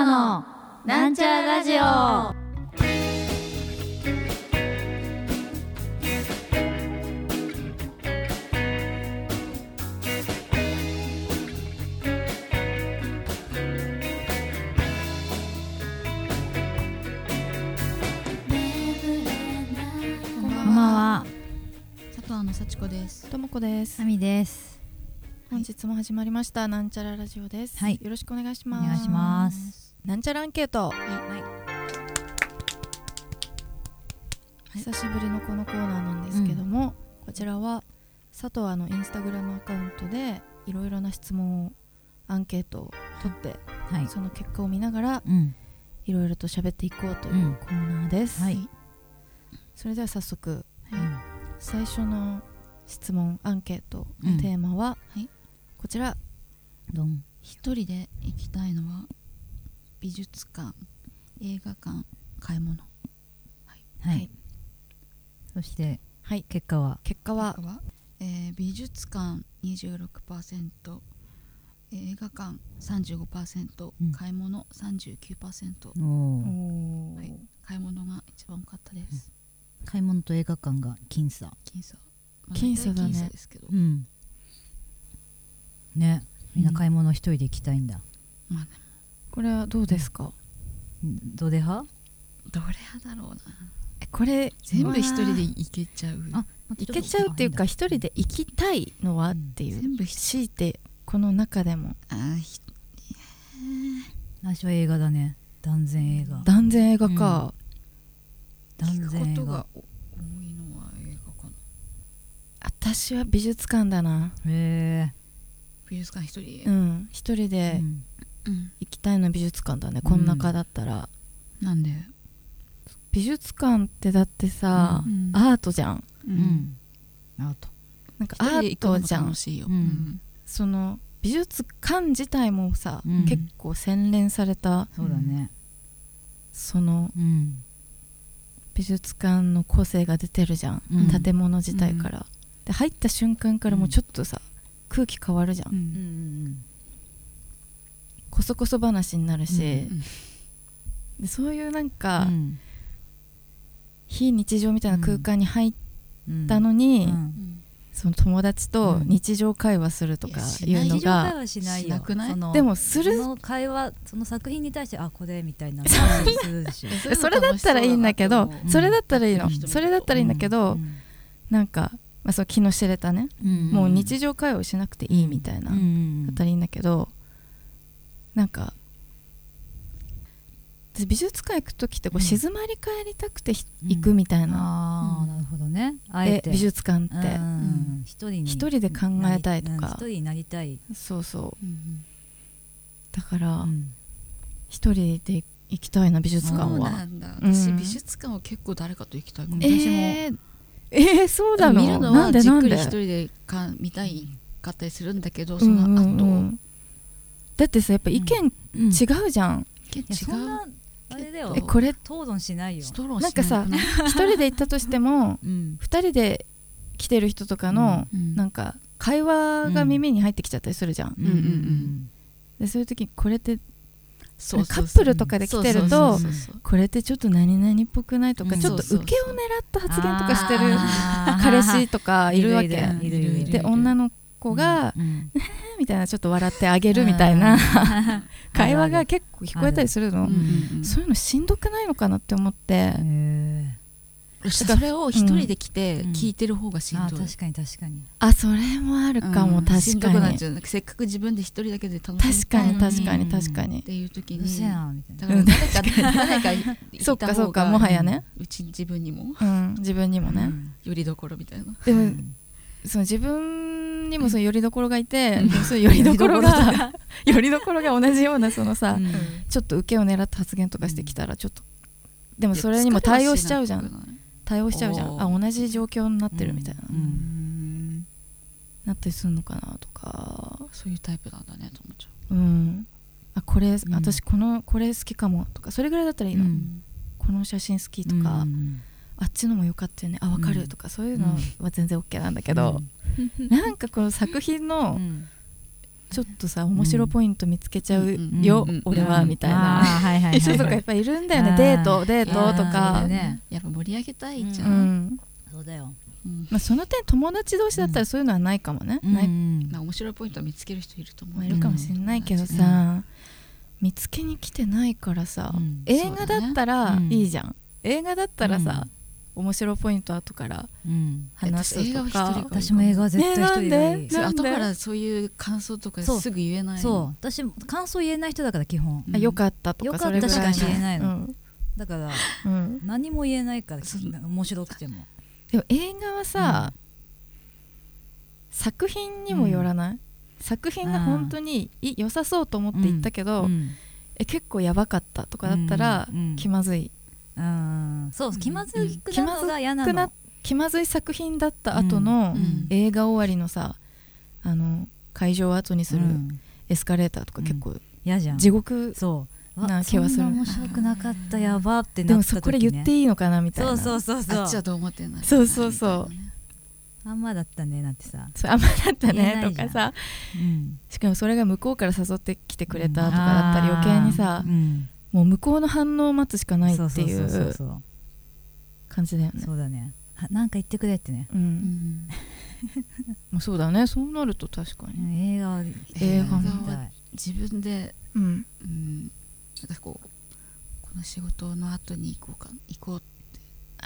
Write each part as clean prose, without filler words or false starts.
アのなんちゃらラジオ。 こんばんは。 佐藤の幸子です。 ともこです。 あみです。 本日も始まりましたなんちゃらラジオです、 はい、 よろしくお願いします。 お願いします。 なんちゃらアンケート、 はい、 久しぶりのこのコーナーなんですけども、こちらは佐藤のインスタグラムアカウントでいろいろな質問をアンケートを取って、はい、その結果を見ながらいろいろと喋っていこうというコーナーです、はい、それでは早速、最初の質問アンケートのテーマは、こちら。 一人で行きたいのは美術館、映画館、買い物。 はい、そして、結果は美術館 26%、映画館 35%、買い物 39%、買い物が一番多かったです、 買い物と映画館が僅差だね。 ですけど、 ね、みんな買い物一人で行きたいんだ、 これはどうですか？ どれ派だろうな。 これ全部一人で行けちゃう。 行けちゃうっていうか、一人で行きたいのはっていう、全部強いてこの中でも私は映画だね。断然映画か、 断然映画。ことが多いのは映画かな。 私は美術館だな。 美術館一人、 一人で行きたいのは美術館だね、この中だったら。 なんで？ 美術館ってだってさ、アートじゃん、 アートなんかアートじゃん。 楽しいよ、 その美術館自体もさ、結構洗練された、 そうだね、 その、美術館の個性が出てるじゃん、建物自体から、で入った瞬間からもうちょっとさ、空気変わるじゃん、こそこそ話になるし、でそういうなんか、非日常みたいな空間に入ったのに、その友達と日常会話するとかいうのが、 日常会話しないよ。 でもする、 その会話、その作品に対してこれみたいなするでしょ。 それだったらいいんだけど、それだったらいいんだけど、なんか、そう気の知れたね、もう日常会話をしなくていいみたいな、だったらいいんだけど、なんか美術館行くときってこう静まり返りたくて行くみたいな、 なるほどね。あえて美術館って一人で考えたいとか、 一人になりたい、 そうそう、だから一人で行きたいな、美術館は。 そうなんだ。私美術館は結構誰かと行きたいかも。 私もそうなの。 見るのはじっくり一人で見たいかったりするんだけど、その後だってさ、やっぱ意見違うじゃん。 そんなあれだよ、 これ討論しないよ。 なんかさ、一人で行ったとしても二人で来てる人とかのなんか会話が耳に入ってきちゃったりするじゃん。でそういう時にこれってカップルとかで来てると、これってちょっと何々っぽくないとか、ちょっと受けを狙った発言とかしてる彼氏とかいるわけで、女の子がみたいな、ちょっと笑ってあげるみたいな会話が結構聞こえたりするの。そういうのしんどくないのかなって思って、 それを一人で来て聞いてる方がしんどい。 確かにそれもあるかも。確かにしんどくなっちゃう。 せっかく自分で一人だけで楽しみたい確かにっていう時に、 だから誰かそうか、もはやね、 自分にもね、 よりどころみたいな。 でもその自分にもそのよりどころがいて、そのよりどころが同じようなそのさ、ちょっと受けを狙った発言とかしてきたら、ちょっとでもそれにも対応しちゃうじゃん。同じ状況になってるみたいな、なったりするのかなとか。 そういうタイプなんだねと思っちゃう。 これ私これ好きかもとか、それぐらいだったらいいの。この写真好きとか、あっちのも良かったよね、分かるとか、そういうのは全然 OK なんだけど、なんかこの作品のちょっとさ面白ポイント見つけちゃうよ、俺はみたいな人とかやっぱいるんだよね。デートとかやっぱ盛り上げたいじゃん。 そうだよ。 まあその点友達同士だったらそういうのはないかもね。 面白いポイントを見つける人いると思う。 いるかもしれないけどさ、見つけに来てないからさ、映画だったらいいじゃん。映画だったらさ、面白ポイント後から話すとか。 私も映画は絶対一人がいい。 後からそういう感想とかすぐ言えない。 そう、私感想言えない人だから基本。 よかったとかそれぐらいしか言えないの。だからら何も言えないから面白くても。 でも映画はさ、作品にもよらない？作品が本当に良さそうと思って行ったけど、結構やばかったとかだったら気まずい。 そう、気まずくなるのが嫌なの。 気まずい作品だった後の映画終わりのさ、会場を後にするエスカレーターとか結構嫌じゃん。 地獄な気はする。 そんな面白くなかった、やばってなった時ね。 でもこれ言っていいのかなみたいな。 そうあっちはどう思ってんの。 そうあんまだったねなんてさ、 あんまだったねとかさ、しかもそれが向こうから誘ってきてくれたとかだったり余計にさ、もう向こうの反応を待つしかないっていう感じだよね。 そうだね。なんか言ってくれってね。 そうだね。そうなると確かに映画は自分でこの仕事の後に行こうって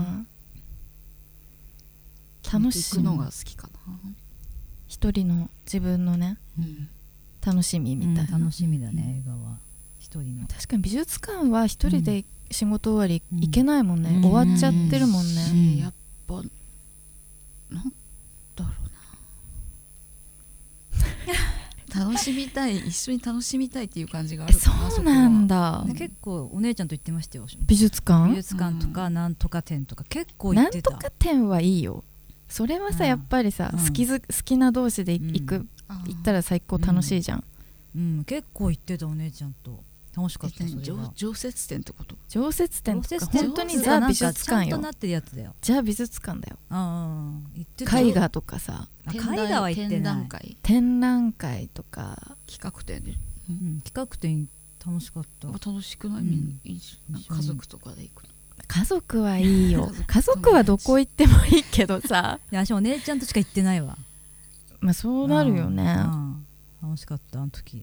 楽しむのが好きかな。 一人の自分のね楽しみみたいな。 楽しみだね、映画は一人の。 確かに美術館は一人で仕事終わり行けないもんね。終わっちゃってるもんね。 やっぱなんだろうな、楽しみたい、一緒に楽しみたいっていう感じがあるかな。 そうなんだ。 結構お姉ちゃんと言ってましたよ。 美術館とかなんとか展とか結構行ってた。 なんとか展はいいよ。それはさやっぱりさ好きな同士で行ったら最高楽しいじゃん。 結構行ってたお姉ちゃんと。楽しかった。 常設展ってこと？ 常設展とか本当にザ美術館よ。 ちゃんとなってるやつだよ。 ザ美術館だよ。絵画とかさ、 絵画は行ってない。 展覧会とか企画展で企画展楽しかった。 楽しくない？家族とかで行くの。 家族はいいよ。家族はどこ行ってもいいけどさ。 私お姉ちゃんとしか行ってないわ。 まあそうなるよね。 楽しかったあの時。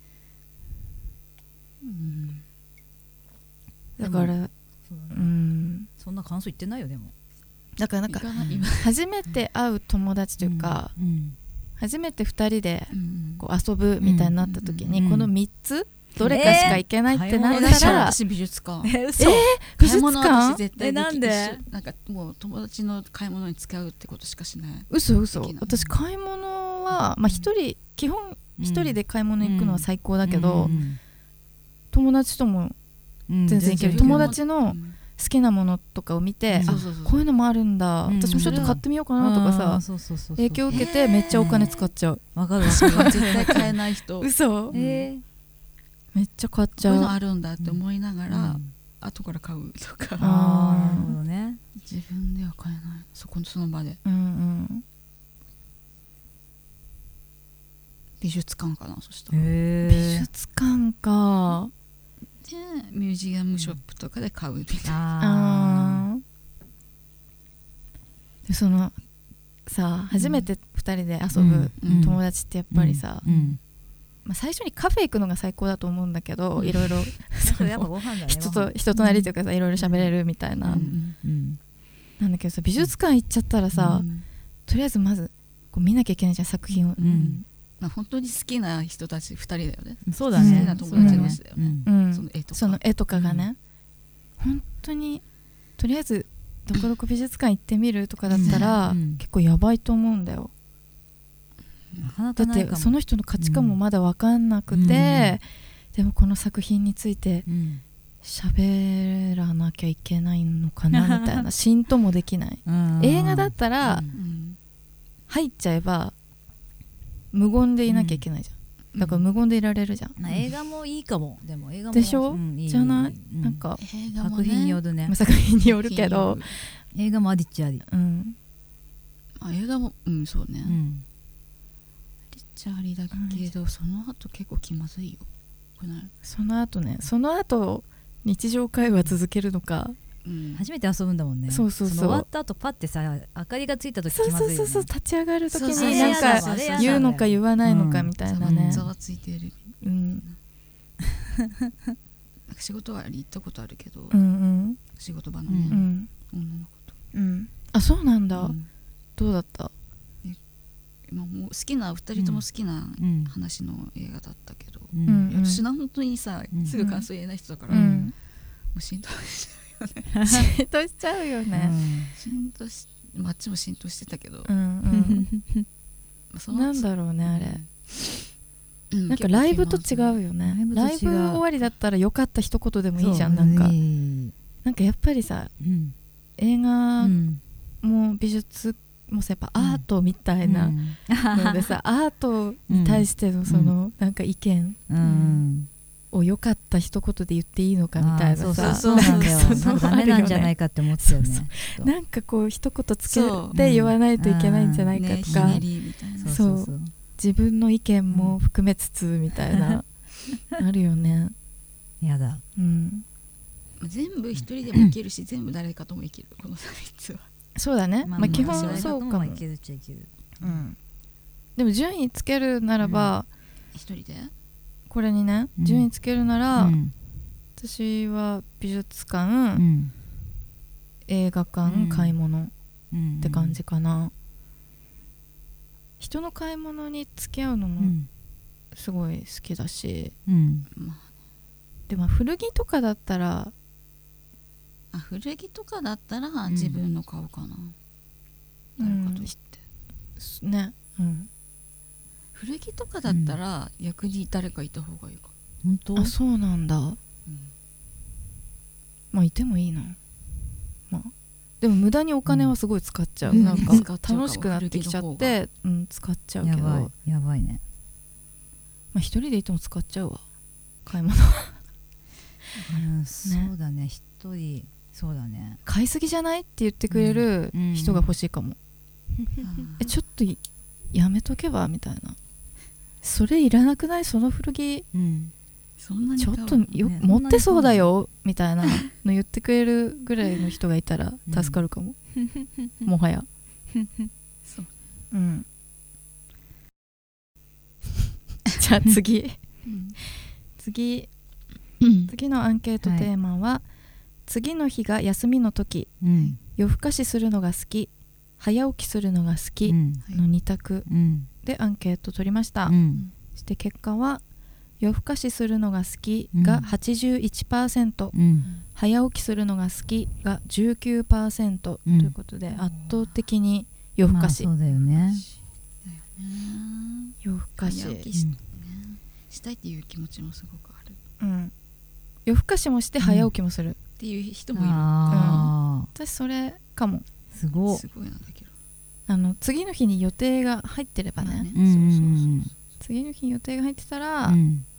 だからそんな感想言ってないよ。でもだからなんか初めて会う友達というか初めて2人でこう遊ぶみたいになった時にこの3つどれかしか行けないってなったら、 私美術館。 美術館絶対なんでなんかもう友達の買い物に使うってことしかしない。 嘘。私買い物はまあ基本一人で買い物行くのは最高だけど、友達とも全然行ける。友達の好きなものとかを見て、こういうのもあるんだ、私もちょっと買ってみようかなとかさ、影響を受けてめっちゃお金使っちゃう。 わかる。 絶対買えない人。 嘘。めっちゃ買っちゃう。 こういうのあるんだって思いながら後から買うとか。 なるほどね。 自分では買えない。その場で。美術館かな。そしたら美術館か。 でミュージアムショップとかで買うみたいな。 でそのさ初めて2人で遊ぶ友達ってやっぱりさ、まあ、最初にカフェ行くのが最高だと思うんだけど、いろいろ人となりというかさ、いろいろ喋れるみたいな、なんだけどさ美術館行っちゃったらさ、とりあえずまずこう見なきゃいけないじゃん作品を。 本当に好きな人たち2人だよね。 そうだね。 好きな友達同士だよね。 その絵とかがね、本当にとりあえずどこどこ美術館行ってみるとかだったら結構やばいと思うんだよ。だってその人の価値観もまだ分かんなくて、でもこの作品について喋らなきゃいけないのかなみたいな浸透もできない。映画だったら入っちゃえば無言でいなきゃいけないじゃん。だから無言でいられるじゃん。 映画もいいかも。でも映画もでしょ、じゃない、なんか作品によるね。 作品によるけど映画もありっちゃあり。 映画もそうね。 ちゃありだけど、その後結構気まずいよ。 その後日常会話続けるのか、 初めて遊ぶんだもんね。 そうそうそう。 終わった後パッてさ、明かりがついた時気まずいよね。 そう立ち上がる時になんか言うのか言わないのかみたいなね。 ざわついてる。仕事は行ったことあるけど、仕事場のね、女の子と。 あ、そうなんだ。どうだった？ もう好きな、2人とも好きな話の映画だったけど、私は本当にさ、すぐ感想言えない人だから、もう浸透しちゃうよね。 浸透しちゃうよね。 あっちも浸透してたけど、 なんだろうねあれ。なんかライブと違うよね。ライブ終わりだったらよかった一言でもいいじゃん。なんかやっぱりさ、映画も美術もさ、やっぱアートみたいなのでさ、アートに対してのそのなんか意見をよかった一言で言っていいのかみたいなさ、 そうなんだよ。ダメなんじゃないかって思ってたよね。 なんかこう一言つけて言わないといけないんじゃないかとか、そう自分の意見も含めつつみたいなあるよね。 やだ。 全部一人でもいけるし、全部誰かともいける、この3つは。 そうだね。基本そうかも。でも順位つけるならば、 一人でこれにね、順位つけるなら、私は美術館、映画館、買い物って感じかな。人の買い物に付き合うのもすごい好きだし、でも古着とかだったら、 古着とかだったら自分の買うかな、誰かと言ってね。 古着とかだったら逆に誰かいた方がいいか。 本当？ あ、そうなんだ。まあいてもいいな。まあでも無駄にお金はすごい使っちゃう。なんか楽しくなってきちゃって、使っちゃうけど。 やばいね。 まあ一人でいても使っちゃうわ、買い物。 そうだね、一人。そうだね。 買いすぎじゃないって言ってくれる人が欲しいかも。ちょっとやめとけばみたいな。それいらなくない？その古着、ちょっと持ってそうだよみたいなの言ってくれるぐらいの人がいたら助かるかも。もはや。 そう。 じゃあ次。次のアンケートテーマは、次の日が休みの時、夜更かしするのが好き、早起きするのが好きの2択でアンケート取りました。そして結果は、夜更かしするのが好きが 81%、早起きするのが好きが 19%、ということで圧倒的に夜更かし。 そうだよね。 夜更かししたいっていう気持ちもすごくある。 夜更かしもして早起きもするっていう人もいる。 私それかも。 すごいなんだけど、 次の日に予定が入ってればね。次の日に予定が入ってたら、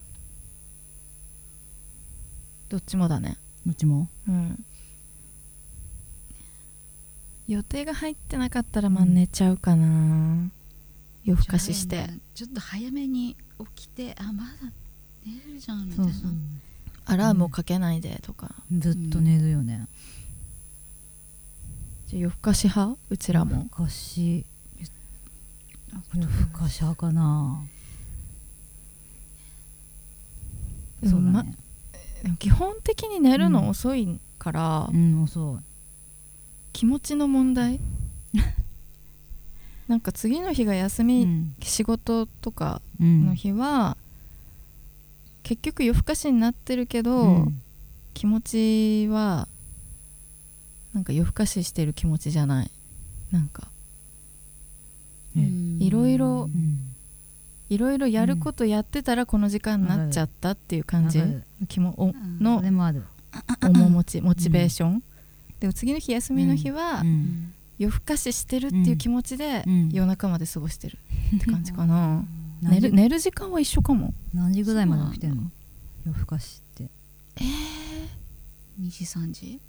どっちもだね。 どっちも。 予定が入ってなかったら寝ちゃうかな。夜更かししてちょっと早めに起きて、まだ寝れるじゃんみたいな。 アラームをかけないでとか、 ずっと寝るよね。 じゃあ夜更かし派？うちらも夜更かし派かな。そうだね。 基本的に寝るの遅いから、 遅い。 気持ちの問題。なんか次の日が休み、仕事とかの日は、結局夜更かしになってるけど、気持ちはなんか夜更かししてる気持ちじゃない。なんかいろいろやることやってたらこの時間になっちゃったっていう感じのの面持ち、モチベーション。でも次の日休みの日は夜更かししてるっていう気持ちで夜中まで過ごしてるって感じかな。寝る時間は一緒かも。 何時ぐらいまで起きてんの？夜更かしって。 2時3時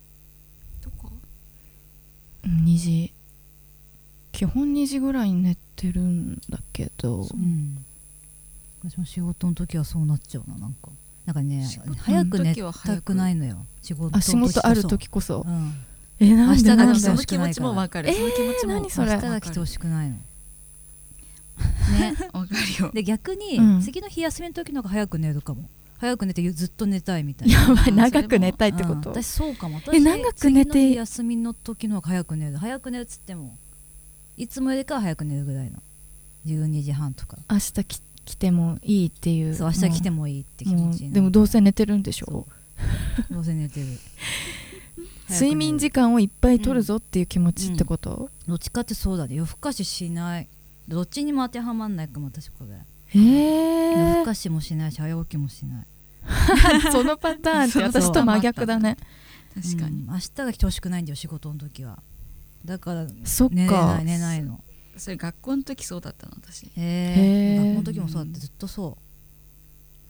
とか。 2時。基本2時ぐらいに寝てるんだけど、 私も仕事の時はそうなっちゃうな。なんかね、早く寝たくないのよ。仕事ある時こそ、 なんでなんでその気持ちも分かる。その気持ちも何それ、 明日が来てほしくないのね、分かるよ。 で逆に、次の日休みの時の方が早く寝るかも。早く寝てずっと寝たいみたいな。 やばい、長く寝たいってこと？ 私そうかも。長く寝て次の日休みの時の方が早く寝る。早く寝るっつってもいつもよりかは早く寝るぐらいの。12時半とか。 明日来てもいいっていう。 そう、明日来てもいいって気持ちになる。 でもどうせ寝てるんでしょ。 どうせ寝てる。 睡眠時間をいっぱい取るぞっていう気持ちってこと？ どっちかってそうだね。夜更かししない。どっちにも当てはまんないかも、私これ。夜更かしもしないし早起きもしない。 そのパターンって私と真逆だね。 確かに、 明日が来てほしくないんだよ、仕事の時は。だからそっか、 寝ないの。 それ学校の時そうだったの私。 学校の時もそうだって、ずっとそう。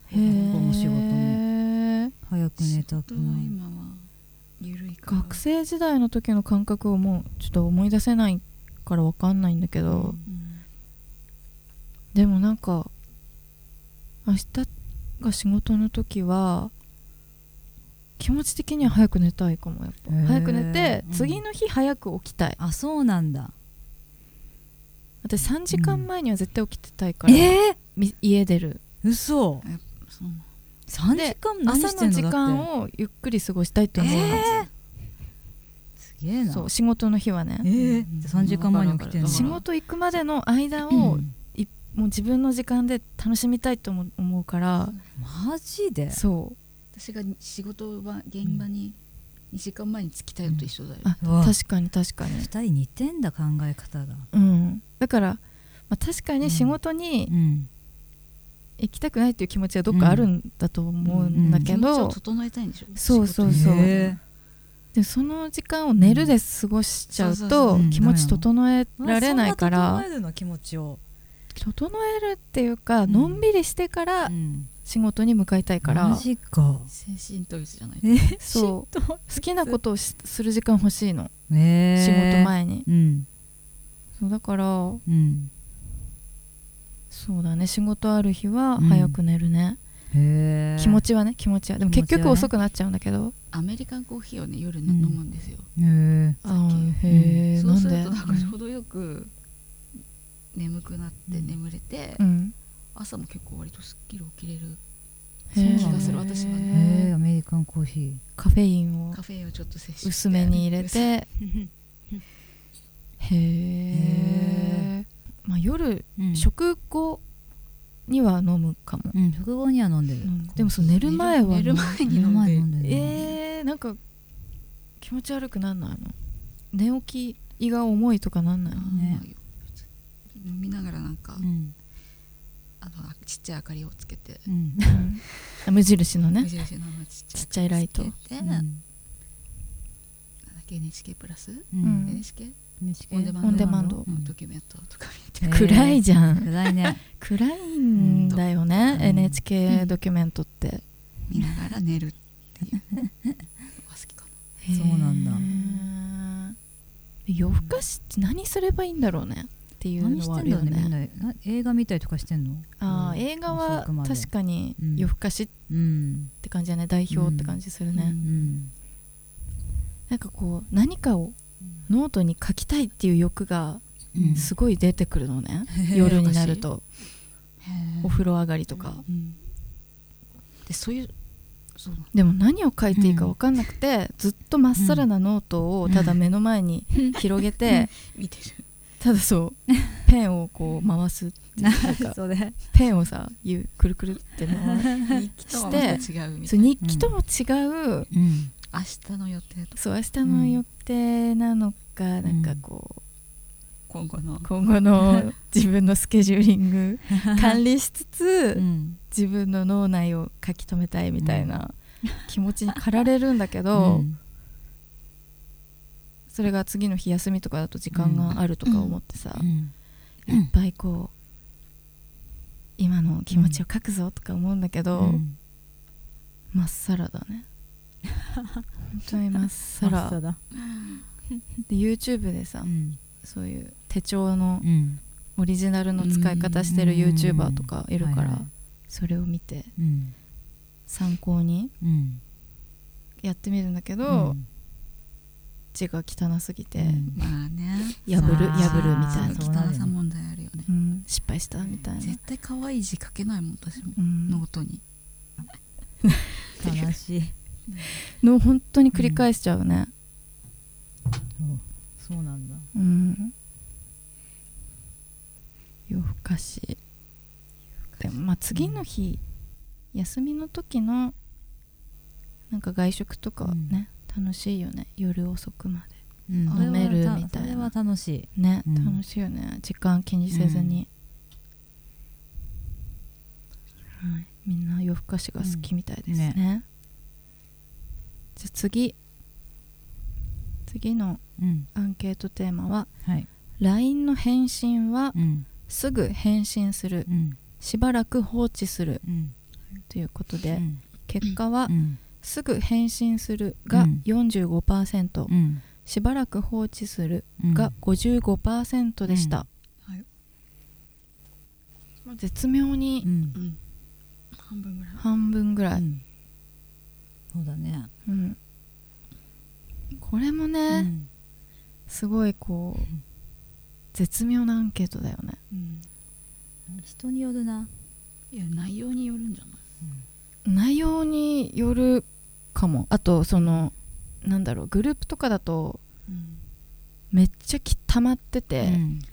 学校も仕事も早く寝たくない。 今は緩いから。 学生時代の時の感覚をもうちょっと思い出せないから分かんないんだけど、でもなんか明日が仕事の時は気持ち的には早く寝たいかも。やっぱ早く寝て、次の日早く起きたい。 あ、そうなんだ。 私3時間前には絶対起きてたいから、家出る。 嘘。3時間何してんの？ 朝の時間をゆっくり過ごしたいと思う。 すげえな。 そう、仕事の日はね。 3時間前に起きてんの？ 仕事行くまでの間をもう自分の時間で楽しみたいと思うから。 マジで？ そう。 私が仕事は現場に2時間前に着きたいのと一緒だよ。 確かに確かに。 2人似てんだ、考え方が。 だから、確かに仕事に行きたくないっていう気持ちはどっかあるんだと思うんだけど、気持ちを整えたいんでしょ。 そうそうそう。でその時間を寝るで過ごしちゃうと気持ち整えられないから、 整えるの？気持ちを整えるっていうか、のんびりしてから仕事に向かいたいから。 マジか。 精神統一じゃない。 そう好きなことをする時間欲しいの、仕事前に。そうだから、そうだね、仕事ある日は早く寝るね。気持ちはね、気持ちは。でも結局遅くなっちゃうんだけど。 アメリカンコーヒーをね、夜飲むんですよ。そうするとなんか程よく眠くなって眠れて、朝も結構割とすっきり起きれる気がする、私はね。 アメリカンコーヒー、 カフェインをちょっと摂取して薄めに入れてへえ。夜、食後には飲むかも。 食後には飲んでる。 でも寝る前は寝る前に飲んでる。なんか気持ち悪くなんないの？寝起き胃が重いとかなんないのね。 飲みながらなんかちっちゃい明かりをつけて、 無印のね、 無印のちっちゃいライト、 NHK プラス、 NHK オンデマンドドキュメントとか見て。 暗いじゃん。 暗いね。 暗いんだよね、NHK ドキュメントって。 見ながら寝るっていうのが好きかな。 そうなんだ。 夜更かしって何すればいいんだろうねっていうのはあるよね。 映画見たりとかしてんの？ 映画は確かに夜更かしって感じだね。代表って感じするね。なんかこう何かをノートに書きたいっていう欲がすごい出てくるのね、夜になると。お風呂上がりとかで、そういうでも何を書いていいか分かんなくて、ずっとまっさらなノートをただ目の前に広げて見てる。 ただそうペンをこう回すなんかペンをさくるくるって日記とも違うみたいな。 日記とも違う、 明日の予定とか。 そう、明日の予定なのか、なんかこう今後の自分のスケジューリング管理しつつ、自分の脳内を書き留めたいみたいな気持ちに駆られるんだけど、それが次の日休みとかだと時間があるとか思ってさ、いっぱいこう今の気持ちを書くぞとか思うんだけど、まっさらだね。本当にまっさらで YouTube でさ、そういう手帳のオリジナルの使い方してる YouTuber とかいるから、それを見て参考にやってみるんだけど、字が汚すぎてまあね破るみたいな汚さ問題あるよね。 失敗したみたいな。 絶対可愛い字書けないもん私も、ノートに。 悲しいの本当に繰り返しちゃうね。 そうなんだ。 夜更かしでもまあ次の日、休みの時のなんか外食とかね、楽しいよね。夜遅くまで飲めるみたいな。 それは楽しいね、楽しいよね。時間気にせずに、はい、みんな夜更かしが好きみたいですね。じゃあ次のアンケートテーマは、LINE の返信はすぐ返信する、しばらく放置する、ということで、結果は、すぐ返信するが 45%、しばらく放置するが 55% でした。絶妙に、半分ぐらい、 そうだね。 これもね、すごいこう絶妙なアンケートだよね。 人によるな。 いや内容によるんじゃない？ 内容によるかも。あとそのなんだろう、グループとかだと、めっちゃ溜まってて、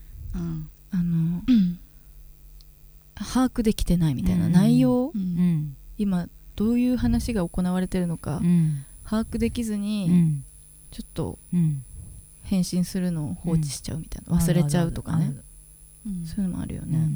把握できてないみたいな、内容、今どういう話が行われてるのか、把握できずに、ちょっと返信するのを放置しちゃうみたいな、忘れちゃうとかね、そういうのもあるよね。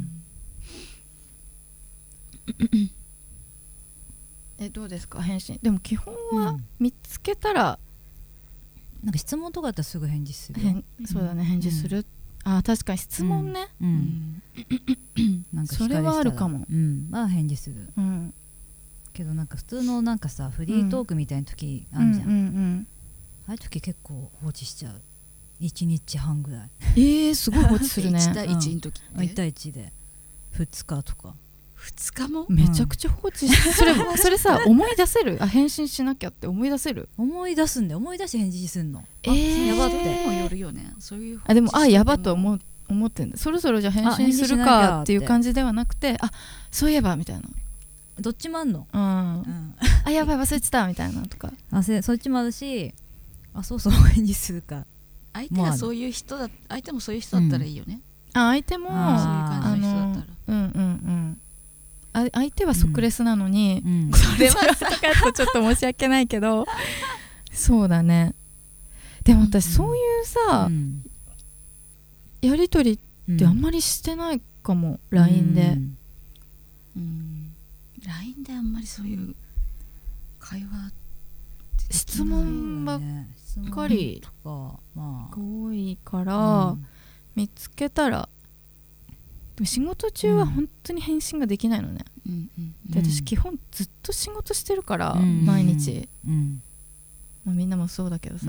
どうですか返信？でも基本は見つけたら、 なんか質問とかだったらすぐ返事する。 そうだね、返事する。確かに質問ね、 なんかそれはあるかも。 まあ返事する。けどなんか普通のなんかさ、フリートークみたいな時あるじゃん。ああいう時結構放置しちゃう。1日半ぐらい。 すごい放置するね。 1対1の時 1対1で2日とか。 2日もめちゃくちゃ放置それさ、思い出せる？返信しなきゃって思い出せる？ 思い出すんで、思い出して返事すんの。 やばってもよるよね。そういうでもやばと思ってんだ。そろそろじゃ返信するかっていう感じではなくて、そういえばみたいな。 どっちもあんの。 やばい忘れてたみたいなとか。 そっちもあるし、そうそう返事するか。 相手がそういう人だ、相手もそういう人だったらいいよね。 相手もそういう感じの人だったら。 相手は即レスなのに、それはとかとちょっと申し訳ないけど、そうだね。でも私そういうさ、やり取りってあんまりしてないかも、LINE で。 LINE であんまりそういう会話、 質問ばっかりが多いから、見つけたら。でも仕事中は本当に返信ができないのね。で私基本ずっと仕事してるから、毎日、みんなもそうだけどさ、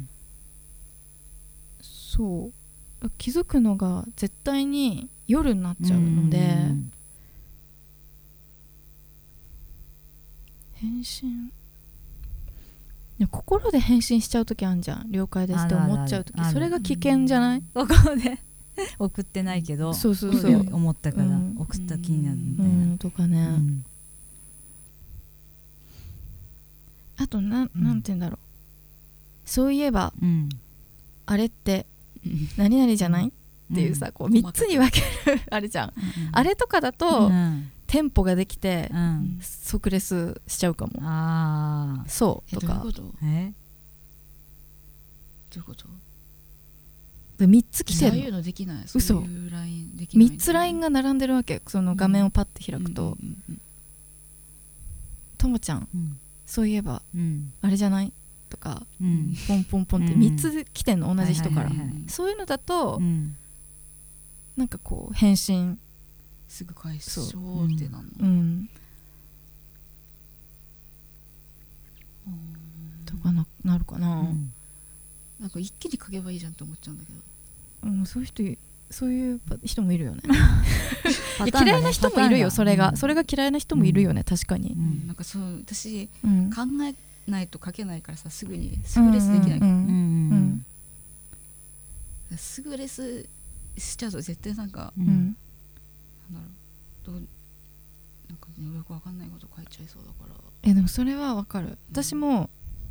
そう気づくのが絶対に夜になっちゃうので、返信心で返信しちゃう時あるじゃん。了解ですって思っちゃう時、それが危険じゃない？ ここで送ってないけど、 そう思ったから送った気になるみたいなとかね。あとなんて言うんだろう、そういえばあれって何々じゃない？っていうさ、こう3つに分けるあるじゃん。あれとかだとテンポができて即レスしちゃうかも。そうとか。 どういうこと？ 3つ来てるの。 そういうのできない。 嘘。3つ LINE が並んでるわけ。その画面をパッて開くと、ともちゃん、そういえばあれじゃない？とか、ポンポンポンって3つ来てんの、同じ人から。そういうのだとなんかこう返信すぐ返そうってなるの。 とかなるかな。 なんか一気に書けばいいじゃんって思っちゃうんだけど。 そういう人そういう人もいるよね嫌いな人もいるよ、それが嫌いな人もいるよね、確かに、 なんかそう私、考えないと書けないからさ、すぐにすぐレスできないから、すぐレスしちゃうと絶対なんか、なんだろう、なんかよくわかんないこと書いちゃいそうだから。 でもそれはわかる、私も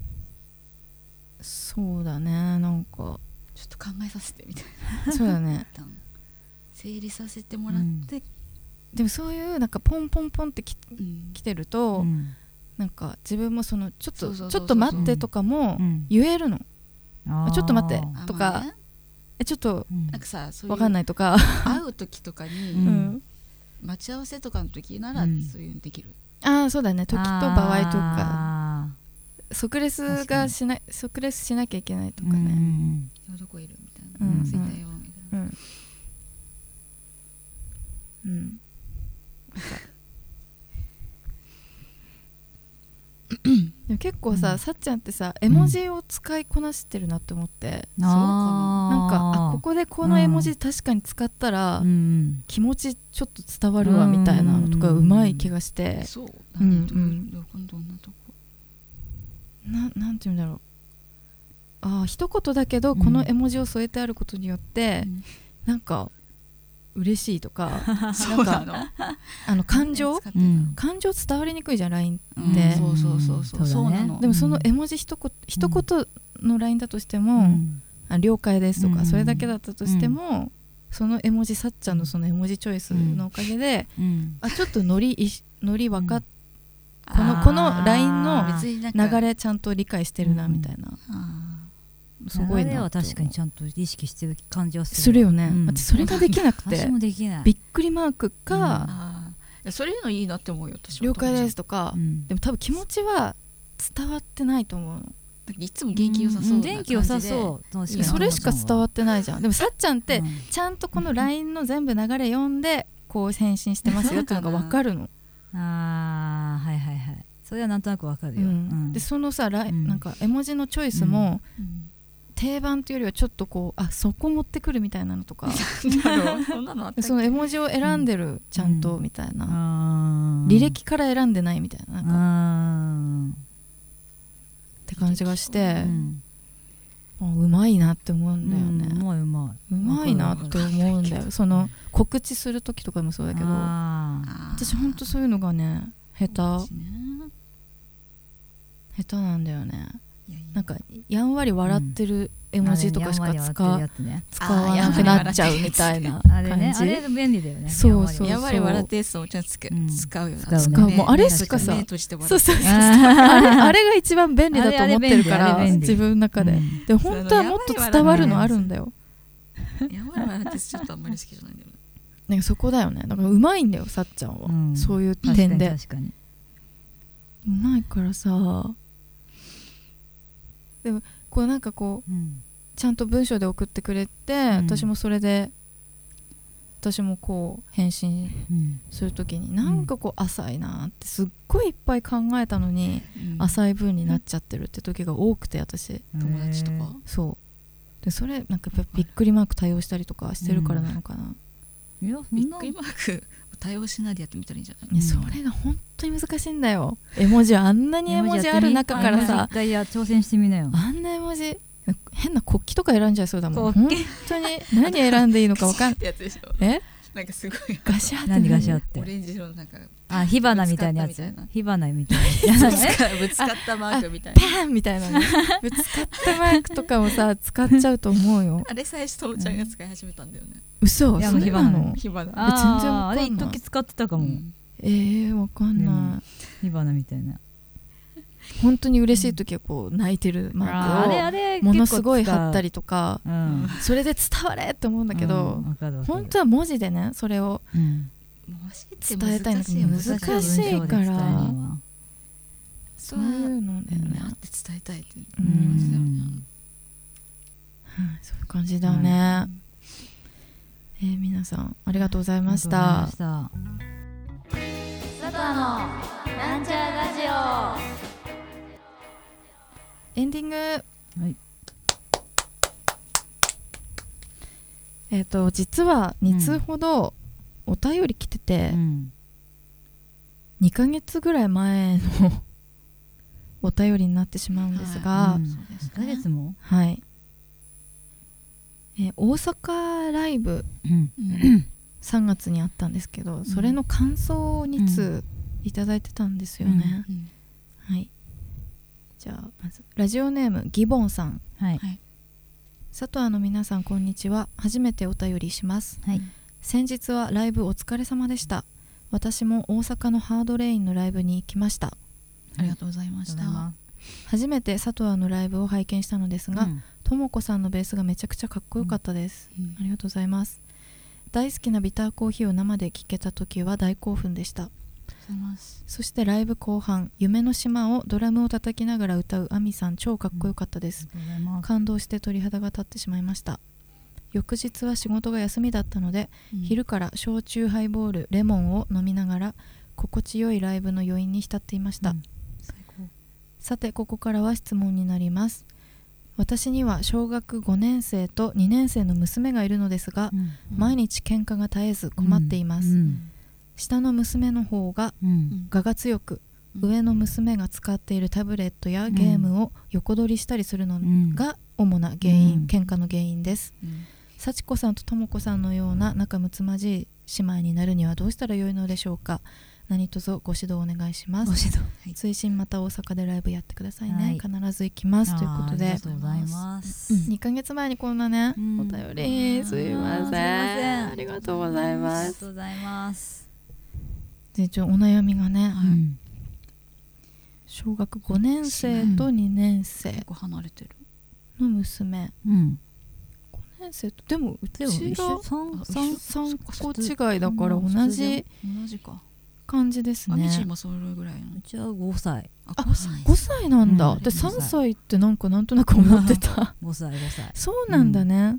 そうだね、なんかちょっと考えさせてみたいなそうだね整理させてもらって、 でもそういうなんかポンポンポンって来てると、なんか自分もそのちょっと待ってとかも言えるの、ちょっと待ってとか、ちょっとなんかさ、そういう分かんないとか会う時とかに、待ち合わせとかの時ならそういうのできる。 そうだね、時と場合とか即レスしなきゃいけないとかね、 どこいるみたいな、着いたよみたいな、 でも結構さ、さっちゃんってさ絵文字を使いこなしてるなって思って、 そうかな、 なんかここでこの絵文字確かに使ったら、気持ちちょっと伝わるわみたいなのとかうまい気がして、 そう、どんなとこなんていうんだろう、一言だけどこの絵文字を添えてあることによって、なんか嬉しいとか、 そうなの感情伝わりにくいじゃん LINE って、 そうなの。 でもその絵文字一言の LINE だとしても、了解ですとか、それだけだったとしても、その絵文字さっちゃんのその絵文字チョイスのおかげで、ちょっとノリ分かっこの LINE の流れちゃんと理解してるなみたいな、すごいな。 は確かにちゃんと意識してる感じはするよね。それができなくて、 私もできない。 びっくりマークか、 そういうのいいなって思うよ私は。 了解ですとか、でも多分気持ちは伝わってないと思うの。 いつも元気良さそうな感じで、 元気良さそう。 それしか伝わってないじゃん。でもさっちゃんってちゃんとこの LINE の全部流れ読んでこう返信してますよっていうのが分かるの。 はいはいはい。それはなんとなく分かるよ。 でそのさなんか絵文字のチョイスも定番というよりはちょっとこうそこ持ってくるみたいなのとかその絵文字を選んでるちゃんとみたいな、履歴から選んでないみたいな、なんかって感じがして、うまいなって思うんだよね。うまいなって思うんだよ。その告知する時とかもそうだけど、私ほんとそういうのがね下手なんだよね。なんかやんわり笑ってる絵文字とかしか使わなくなっちゃうみたいな感じ。 あれ便利だよね。 そうやんわり笑ってるやつもちゃんと使うよな。 もうあれしかさ、あれが一番便利だと思ってるから自分の中で。で本当はもっと伝わるのあるんだよ。 やんわり笑ってちょっとあんまり好きじゃないんだよね。 なんかそこだよね。だからうまいんだよさっちゃんは、そういう点で。 確かにうまいからさ。でもこうなんかこう、ちゃんと文章で送ってくれて、私もそれで私もこう返信するときに、なんかこう浅いなってすっごいいっぱい考えたのに、浅い文になっちゃってるって時が多くて、私友達とかそうで、それなんかびっくりマーク対応したりとかしてるからなのかな。 びっくりマーク対応しないでやってみたらいいんじゃない？ それが本当に難しいんだよ。絵文字あんなに絵文字ある中からさ、 一回挑戦してみなよ。 あんな絵文字変な国旗とか選んじゃいそうだもん。本当に何選んでいいのか分かんない。なんかすごいガシャって、 何ガシャってオレンジ色のなんか火花みたいなやつ、火花みたいなぶつかったマークみたいな、 パンみたいなね、ぶつかったマークとかもさ使っちゃうと思うよ。 あれ最初ともちゃんが使い始めたんだよね。 嘘？そうなの？ 火花全然わかんない。 あれ一時使ってたかも。 わかんない。 火花みたいな。 本当に嬉しい時はこう泣いてるマークをものすごい貼ったりとか、それで伝われって思うんだけど、本当は文字でねそれを伝えたいのが難しいから、そういうのだよね。 って伝えたいって感じだよね。 そういう感じだね。皆さんありがとうございました。 佐藤のなんちゃラジオエンディング、 実は2通ほどお便り来てて、2ヶ月ぐらい前のお便りになってしまうんですが、 2ヶ月も、 はい、大阪ライブ、3月にあったんですけど、それの感想を2通いただいてたんですよね。はい、じゃあまずラジオネームギボンさん、 はい、 佐藤の皆さんこんにちは。初めてお便りします、はい、先日はライブお疲れ様でした。私も大阪のハードレインのライブに行きました。 ありがとうございました。 初めて佐藤のライブを拝見したのですが、ともこさんのベースがめちゃくちゃかっこよかったです、ありがとうございます。大好きなビターコーヒーを生で聴けた時は大興奮でした。そしてライブ後半、夢の島をドラムを叩きながら歌うアミさん、超かっこよかったです、感動して鳥肌が立ってしまいました。翌日は仕事が休みだったので、昼から焼酎ハイボールレモンを飲みながら心地よいライブの余韻に浸っていました、最高。さてここからは質問になります。私には小学5年生と2年生の娘がいるのですが、毎日喧嘩が絶えず困っています、下の娘の方が我が強く、上の娘が使っているタブレットやゲームを横取りしたりするのが主な原因、喧嘩の原因です、幸子さんとともこさんのような仲睦まじい姉妹になるにはどうしたらよいのでしょうか。何卒ご指導お願いします。追伸また大阪でライブやってくださいね、必ず行きますということで、 ありがとうございます。 2ヶ月前にこんなね、お便りすいません、ありがとうございます。 ありがとうございます。 でお悩みがね、小学5年生と2年生結構離れてるの娘、5年生とでもうちら3個違いだから同じ感じですね。 アミチもそれぐらいの。 うちは5歳。 5歳なんだ、で3歳ってなんとなく思ってた 5歳そうなんだね、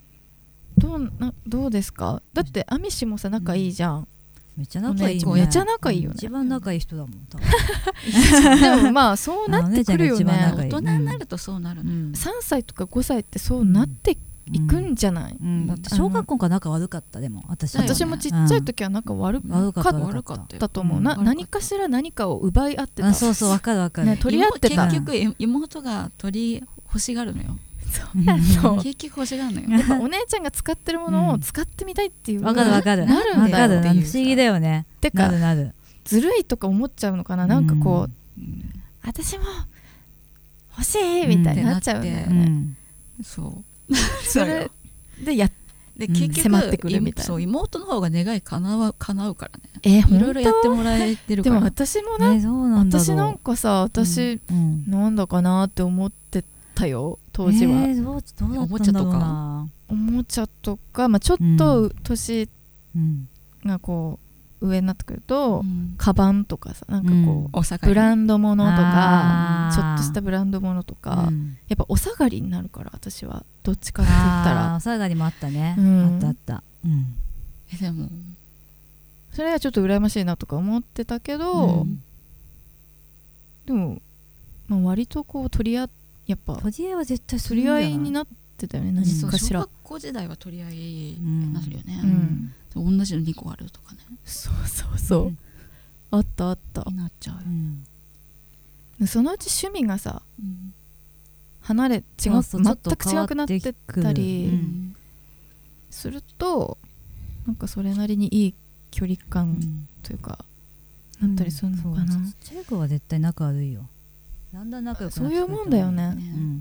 どうですか。だってアミシもさ仲いいじゃん、 めっちゃ仲いいよね。めっちゃ仲いいよね。 一番仲いい人だもん多分でもまあそうなってくるよね。 大人になるとそうなるね、 3歳とか5歳ってそうなっていくんじゃない、 だって小学校から仲悪かった。でも私もちっちゃい時は仲悪かったと思うな。何かしら何かを奪い合ってた。 そうわかる取り合ってた。 結局妹が取り欲しがるのよ。 そう結局欲しがるのよ。 やっぱお姉ちゃんが使ってるものを使ってみたいっていう、 わかるなるんだよっていう。 不思議だよね。 てかなるずるいとか思っちゃうのかな。なんかこう私も欲しいみたいになっちゃうんだよね。 そうそれで結局迫ってくるみたいな。 そう妹の方が願い叶うからね。いろいろやってもらえてるから。 でも私もね、私なんかさ、私なんだかなって思ってたよ当時は。 どうだったんだろうな。 おもちゃとか、ちょっと年がこう上になってくると、カバンとかさ、なんかこうブランド物とか、ちょっとしたブランド物とか、やっぱお下がりになるから、私はどっちかって言ったら。 お下がりもあったね、あった。 でもそれはちょっと羨ましいなとか思ってたけど、でも割とこうやっぱ取り合いは絶対取り合いになってたよね。何かしら。 小学校時代は取り合いになるよね。同じの2個あるとかね。 そうあったになっちゃうよ。そのうち趣味がさ全く違くなってったりすると、なんかそれなりにいい距離感というかなったりするのかな。 ちっちゃい子は絶対仲悪いよ。だんだん仲良くなってくる。 そういうもんだよね。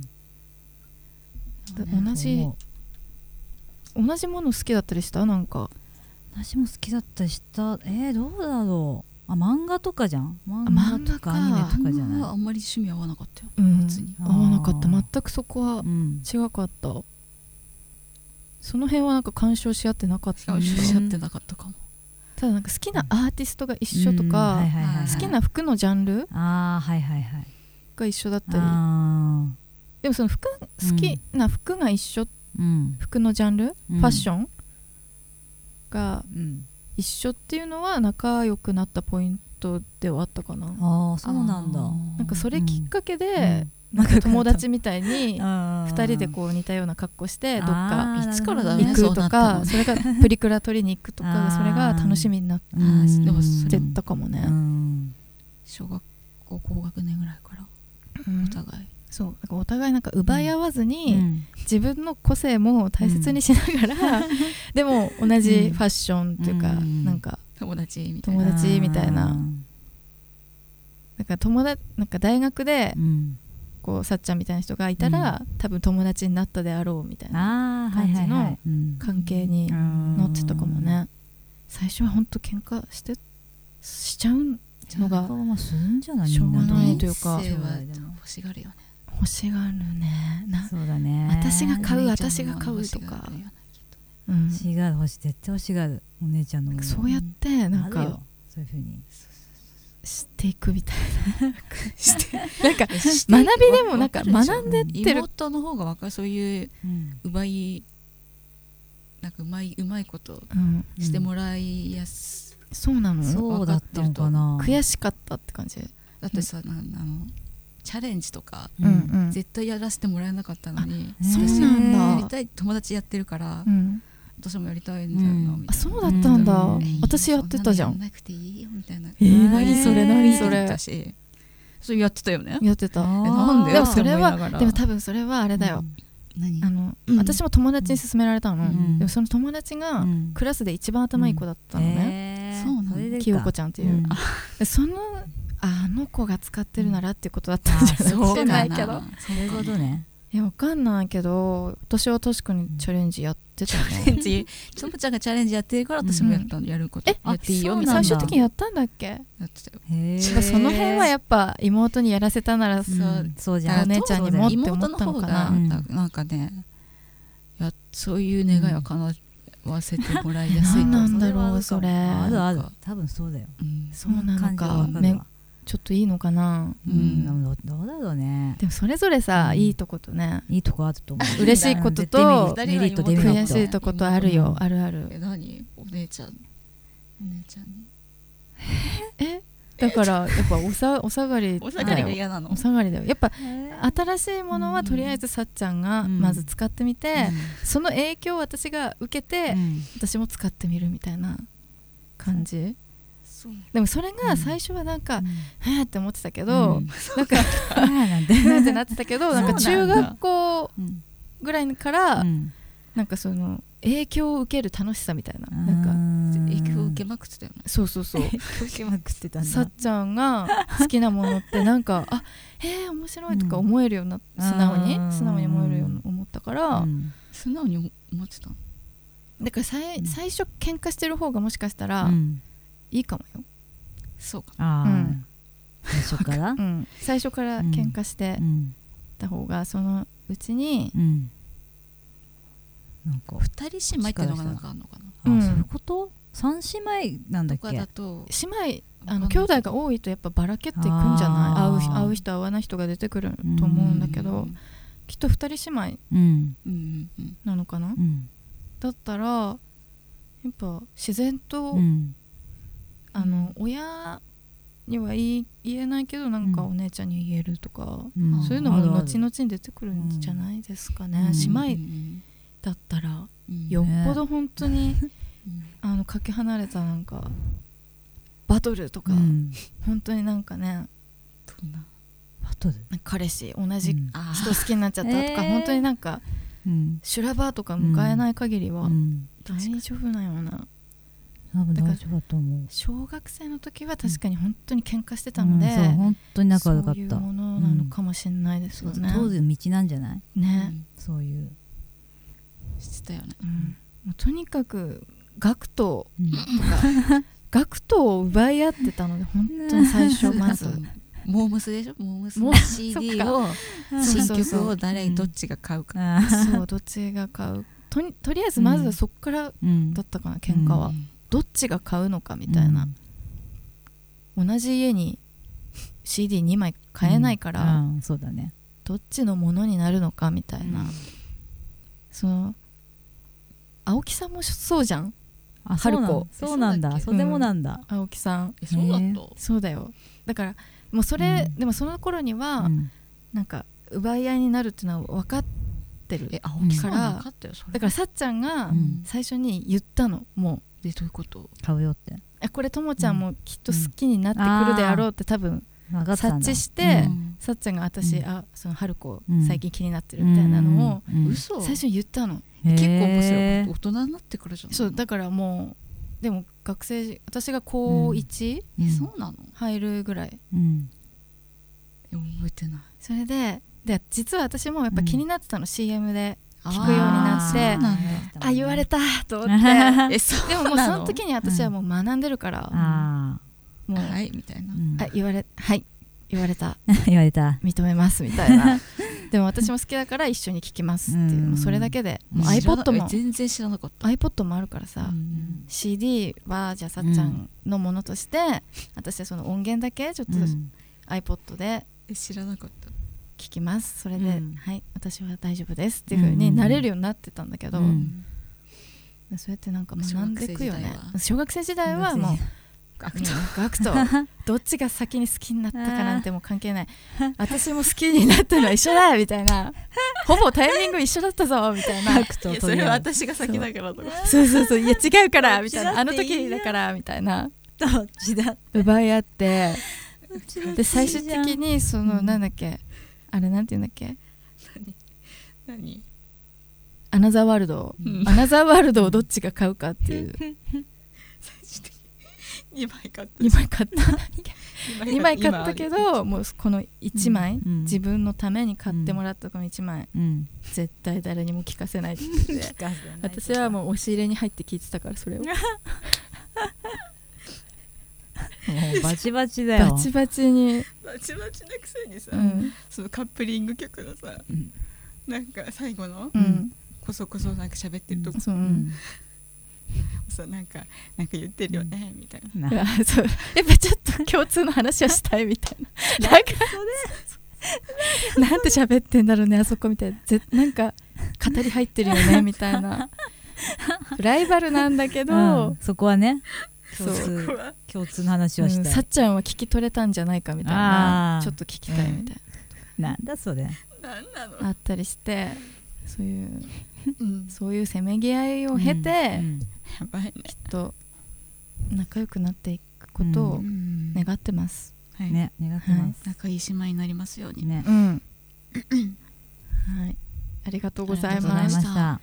同じもの好きだったりした？なんか私も好きだったりした。どうだろう。漫画とかじゃん。漫画とかアニメとかじゃない。 あんまり趣味合わなかったよ。 別に合わなかった。全くそこは違かった。その辺はなんか干渉し合ってなかった。 干渉し合ってなかったかも。 ただなんか好きなアーティストが一緒とか、好きな服のジャンルが一緒だったり。でもその好きな服が一緒、服のジャンル、ファッションが一緒っていうのは仲良くなったポイントではあったかな。 そうなんだ。 なんかそれきっかけでなんか友達みたいに2人でこう似たような格好してどっかいつからだね行くとか、それがプリクラ取りに行くとかそれが楽しみになってたかもね。 小学校高学年ぐらいからお互い、 そうなんかお互いなんか奪い合わずに、自分の個性も大切にしながら、でも同じファッションというか、なんか友達みたいな。なんか大学でこうさっちゃんみたいな人がいたら、多分友達になったであろうみたいな感じの関係になってたかもね。最初は本当喧嘩しちゃうのがしょうがないというか、 欲しがるよね。 欲しがるね。 そうだね。 私が買うとか、 欲しがる、絶対欲しがる。お姉ちゃんのものそうやってなんかそういう風にしていくみたいななんか学びでもなんか学んでってる。 妹の方が分かる。そういうなんかうまいことしてもらいやす、 そうなの。 そうだったのかな。 悔しかったって感じだってさ、チャレンジとか絶対やらせてもらえなかったのに、 そうなんだ。 やりたい、友達やってるから私もやりたいんだよなみたいな。 そうだったんだ。私やってたじゃん。 やんなくていいよみたいな。 何それそうやってたよね。 やってた。 なんで？ でもそれはでも多分それはあれだよ。私も友達に勧められたの。でもその友達がクラスで一番頭いい子だったのね。 そうなの。 清子ちゃんっていう。そのあの子が使ってるならっていうことだったんじゃないけど。 そういうことね。 いやわかんないけど、私は確かにチャレンジやってたね。ちょぼちゃんがチャレンジやってるから私もやることやっていいよみたいな。 最終的にやったんだっけ？ やってたよ。 その辺はやっぱ妹にやらせたならそうじゃん。 お姉ちゃんにもって思ったのかな。 なんかね、そういう願いは叶わせてもらいやすい。 なんだろうそれ。 ある多分そうだよ。 そうなのか。ちょっといいのかな。 どうだろうね。 でもそれぞれさ、いいとことね、 いいとこあると思う。 嬉しいこととメリットデメリット、 悔しいとことあるよ。あるある。 何？お姉ちゃんにだからやっぱお下がりが嫌なの。 お下がりだよ。やっぱ新しいものはとりあえずさっちゃんがまず使ってみて、その影響を私が受けて私も使ってみるみたいな感じ。でもそれが最初はなんかへーって思ってたけど、なんかなんてなってたけど、なんか中学校ぐらいからなんかその影響を受ける楽しさみたいな、なんか影響を受けまくってたよね。 そう受けまくってたんだ。さっちゃんが好きなものってなんか面白いとか思えるような、素直に思えるように思ったから、 素直に思ってたの。 だから最初喧嘩してる方がもしかしたらいいかもよ。 そうか。 最初から最初から喧嘩してた方がそのうちになんか二人姉妹ってのがなんかあるのかな。そういうこと？三姉妹なんだっけ？ 姉妹兄弟が多いとやっぱばらけていくんじゃない？会う人会わない人が出てくると思うんだけど、きっと二人姉妹なのかな。だったらやっぱ自然と親には言えないけどなんかお姉ちゃんに言えるとか、そういうのも後々に出てくるんじゃないですかね。姉妹だったらよっぽど本当にかけ離れたなんかバトルとか、本当になんかね、 バトル、 彼氏同じ人好きになっちゃったとか、本当になんか修羅場とか迎えない限りは大丈夫なような。だから小学生の時は確かに本当に喧嘩してたので、 本当に仲悪かった。 そういうものなのかもしれないですよね。 通る道なんじゃないね。 そういうしてたよね。 もうとにかく学徒を奪い合ってたので、本当に最初まずモームスでしょ。モームスの CD を新曲をどっちが買うか。 そう、どっちが買う。とりあえずまずはそっからだったかな、喧嘩は。どっちが買うのかみたいな。同じ家に CD2 枚買えないから、 そうだね。 どっちのものになるのかみたいな。その青木さんもそうじゃん。春子。 そうなんだ。それでもなんだ。 青木さん。 そうだった。 そうだよ。だからもうそれ、でもその頃にはなんか奪い合いになるっていうのは分かってるからだからさっちゃんが最初に言ったの、もうでどういうこと買うよって、 これともちゃんもきっと好きになってくるであろうって多分察知して、さっちゃんが私、その春子最近気になってるみたいなのを最初に言ったの。 結構面白い。大人になってからじゃん。 そうだからもうでも私が高1、 そうなの入るぐらい、 覚えてない。 それで実は私もやっぱ気になってたの、CM で聞くようになって、言われたと思ってでももうその時に私はもう学んでるから、もうはいみたいな、 言われた言われた認めますみたいなでも私も好きだから一緒に聞きますっていう、もうそれだけでもう iPod も全然知らなかった。 iPod もあるからさ、CD はじゃあさっちゃんのものとして、私はその音源だけちょっと iPod で知らなかった聞きます。それで、はい私は大丈夫ですっていう風になれるようになってたんだけど、そうやってなんか学んでいくよね。小学生時代はもう学とどっちが先に好きになったかなんてもう関係ない私も好きになったのは一緒だみたいなほぼタイミング一緒だったぞみたいな、いやそれは私が先だからとか、 そういや違うからみたいな、あの時だからみたいな、 どっちだ奪い合ってで最終的にそのなんだっけ、あれなんていうんだっけ、 何アナザーワールド、アナザーワールドをどっちが買うかっていう最終的に2枚買った 2枚買ったけど、もうこの1枚、自分のために買ってもらったこの1枚、絶対誰にも聞かせないって言って私はもう押し入れに入って聞いてたから、それをもうバチバチだよ、 バチバチなくせにさ、そのカップリング曲のさ、なんか最後のこそこそなんか喋ってるとこそうなんか言ってるよね、みたいな、 そうやっぱちょっと共通の話はしたいみたいななんかなんて喋ってんだろうねあそこみたいな、なんか語り入ってるよねみたいなライバルなんだけど、 そこはね共通の話をしたい、 さっちゃんは聞き取れたんじゃないかみたいな、ちょっと聞きたいみたいな、なんだそれなんなのあったりして、そういうせめぎ合いを経て、やばいね、きっと仲良くなっていくことを願ってます、 願ってます、 仲いい姉妹になりますようにね、 はい、ありがとうございました。じゃ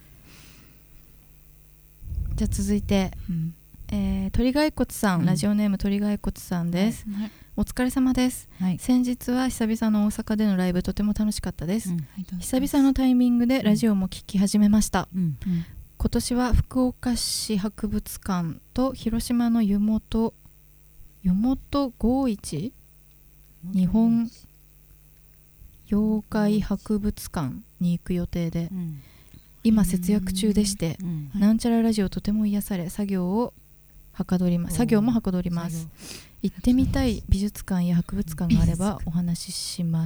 あ続いて、鳥骸骨さん、ラジオネーム鳥骸骨さんです、お疲れ様です、先日は久々の大阪でのライブとても楽しかったです、久々のタイミングでラジオも聞き始めました、今年は福岡市博物館と広島の湯本剛一日本妖怪博物館に行く予定で、今節約中でして、なんちゃらラジオとても癒され作業もはかどります。行ってみたい美術館や博物館があればお話しします。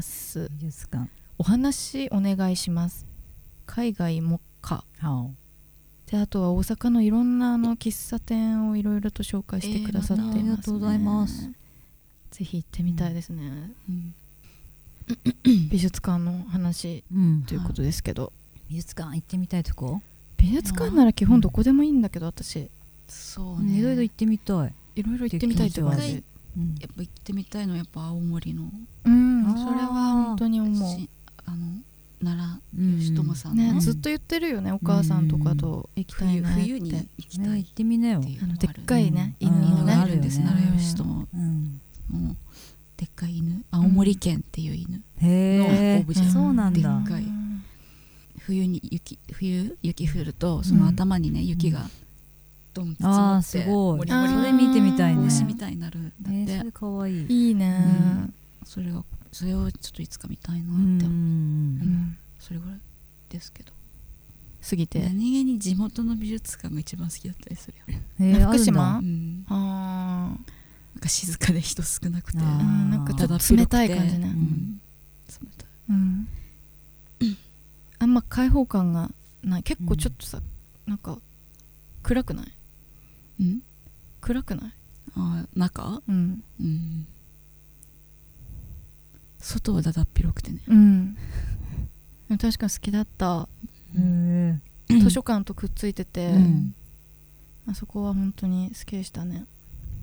美術館お話お願いします。海外もか。であとは大阪のいろんな喫茶店をいろいろと紹介してくださっています、ね、 ありがとうございます。 ぜひ行ってみたいですね、美術館の話、ということですけど、 美術館行ってみたいとこ、 美術館なら基本どこでもいいんだけど、私そうね、 いろいろ行ってみたい、 いろいろ行ってみたいって感じ、 やっぱ行ってみたいのはやっぱ青森の、 それは本当に思う。 奈良吉友さんね、ずっと言ってるよね、お母さんとかと行きたいなって。 冬に行きたい、 行ってみなよ。 でっかいね、 犬があるんです、奈良吉友。もうでっかい犬、青森県っていう犬のオブジェ、 そうなんだ。 でっかい。冬雪降るとその頭にね雪がドンと積もって、 すごい。 モリモリそれ見てみたいね。 帽子みたいになるんだって。 それかわいい。 いいね。 それをちょっといつか見たいなって思う。それぐらいですけど。 過ぎて。 何気に地元の美術館が一番好きだったりするよ。福島？ なんか静かで人少なくて、 なんかちょっと冷たい感じね。冷たい。あんま開放感がない。結構ちょっとさ、なんか暗くない？暗くない？ 中？外はだだっ広くてね。 確か好きだった。図書館とくっついてて、あそこは本当に好きでしたね。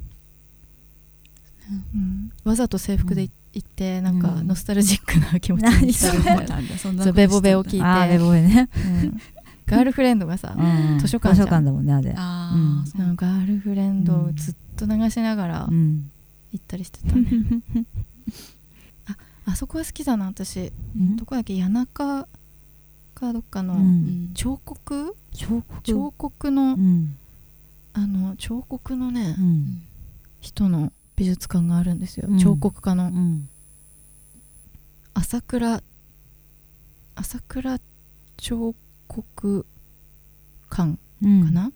わざと制服で行ってなんかノスタルジックな気持ちに浸るみたいな。そうベボベを聞いて、 ベボベね、 ガールフレンドがさ、図書館だもんねあれ。 ガールフレンドをずっと流しながら行ったりしてたね。あそこは好きだな私。どこだっけ、谷中かどっかの彫刻の彫刻のね人の美術館があるんですよ。彫刻家の朝倉彫刻館かな、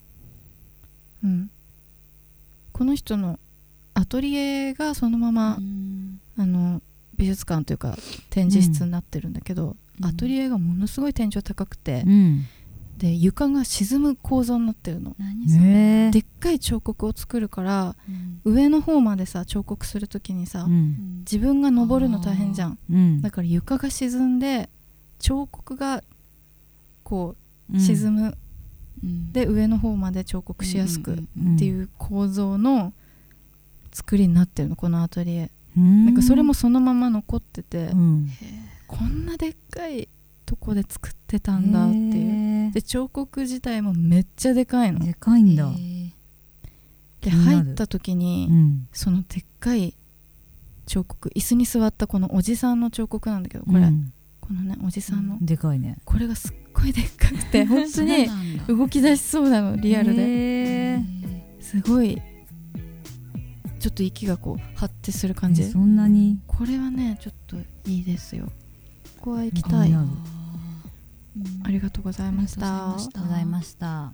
この人のアトリエがそのまま美術館というか展示室になってるんだけど、アトリエがものすごい天井高くて、で床が沈む構造になってるの。でっかい彫刻を作るから、上の方までさ彫刻するときにさ、自分が登るの大変じゃん、だから床が沈んで彫刻がこう沈む、で上の方まで彫刻しやすくっていう構造の作りになってるの、このアトリエ。なんかそれもそのまま残ってて、こんなでっかいとこで作ってたんだっていう。で彫刻自体もめっちゃでかいの。 でかいんだ。 で入った時に、そのでっかい彫刻、椅子に座ったこのおじさんの彫刻なんだけど、これ、このねおじさんのでかいね。 これがすっごいでっかくて本当に動き出しそうなの、リアルで。すごいちょっと息がこう張ってする感じ。 そんなに。 これはねちょっといいですよ。ここは行きたい。ありがとうございました。 ありがとうございました。 はい、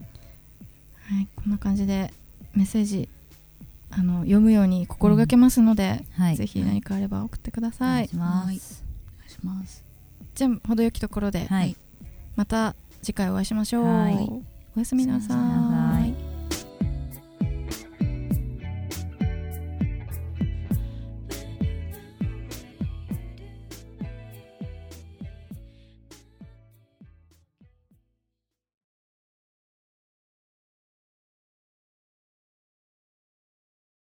こんな感じでメッセージ読むように心がけますので、ぜひ何かあれば送ってください。 お願いします。 じゃあ程よきところで、また次回お会いしましょう。おやすみなさい。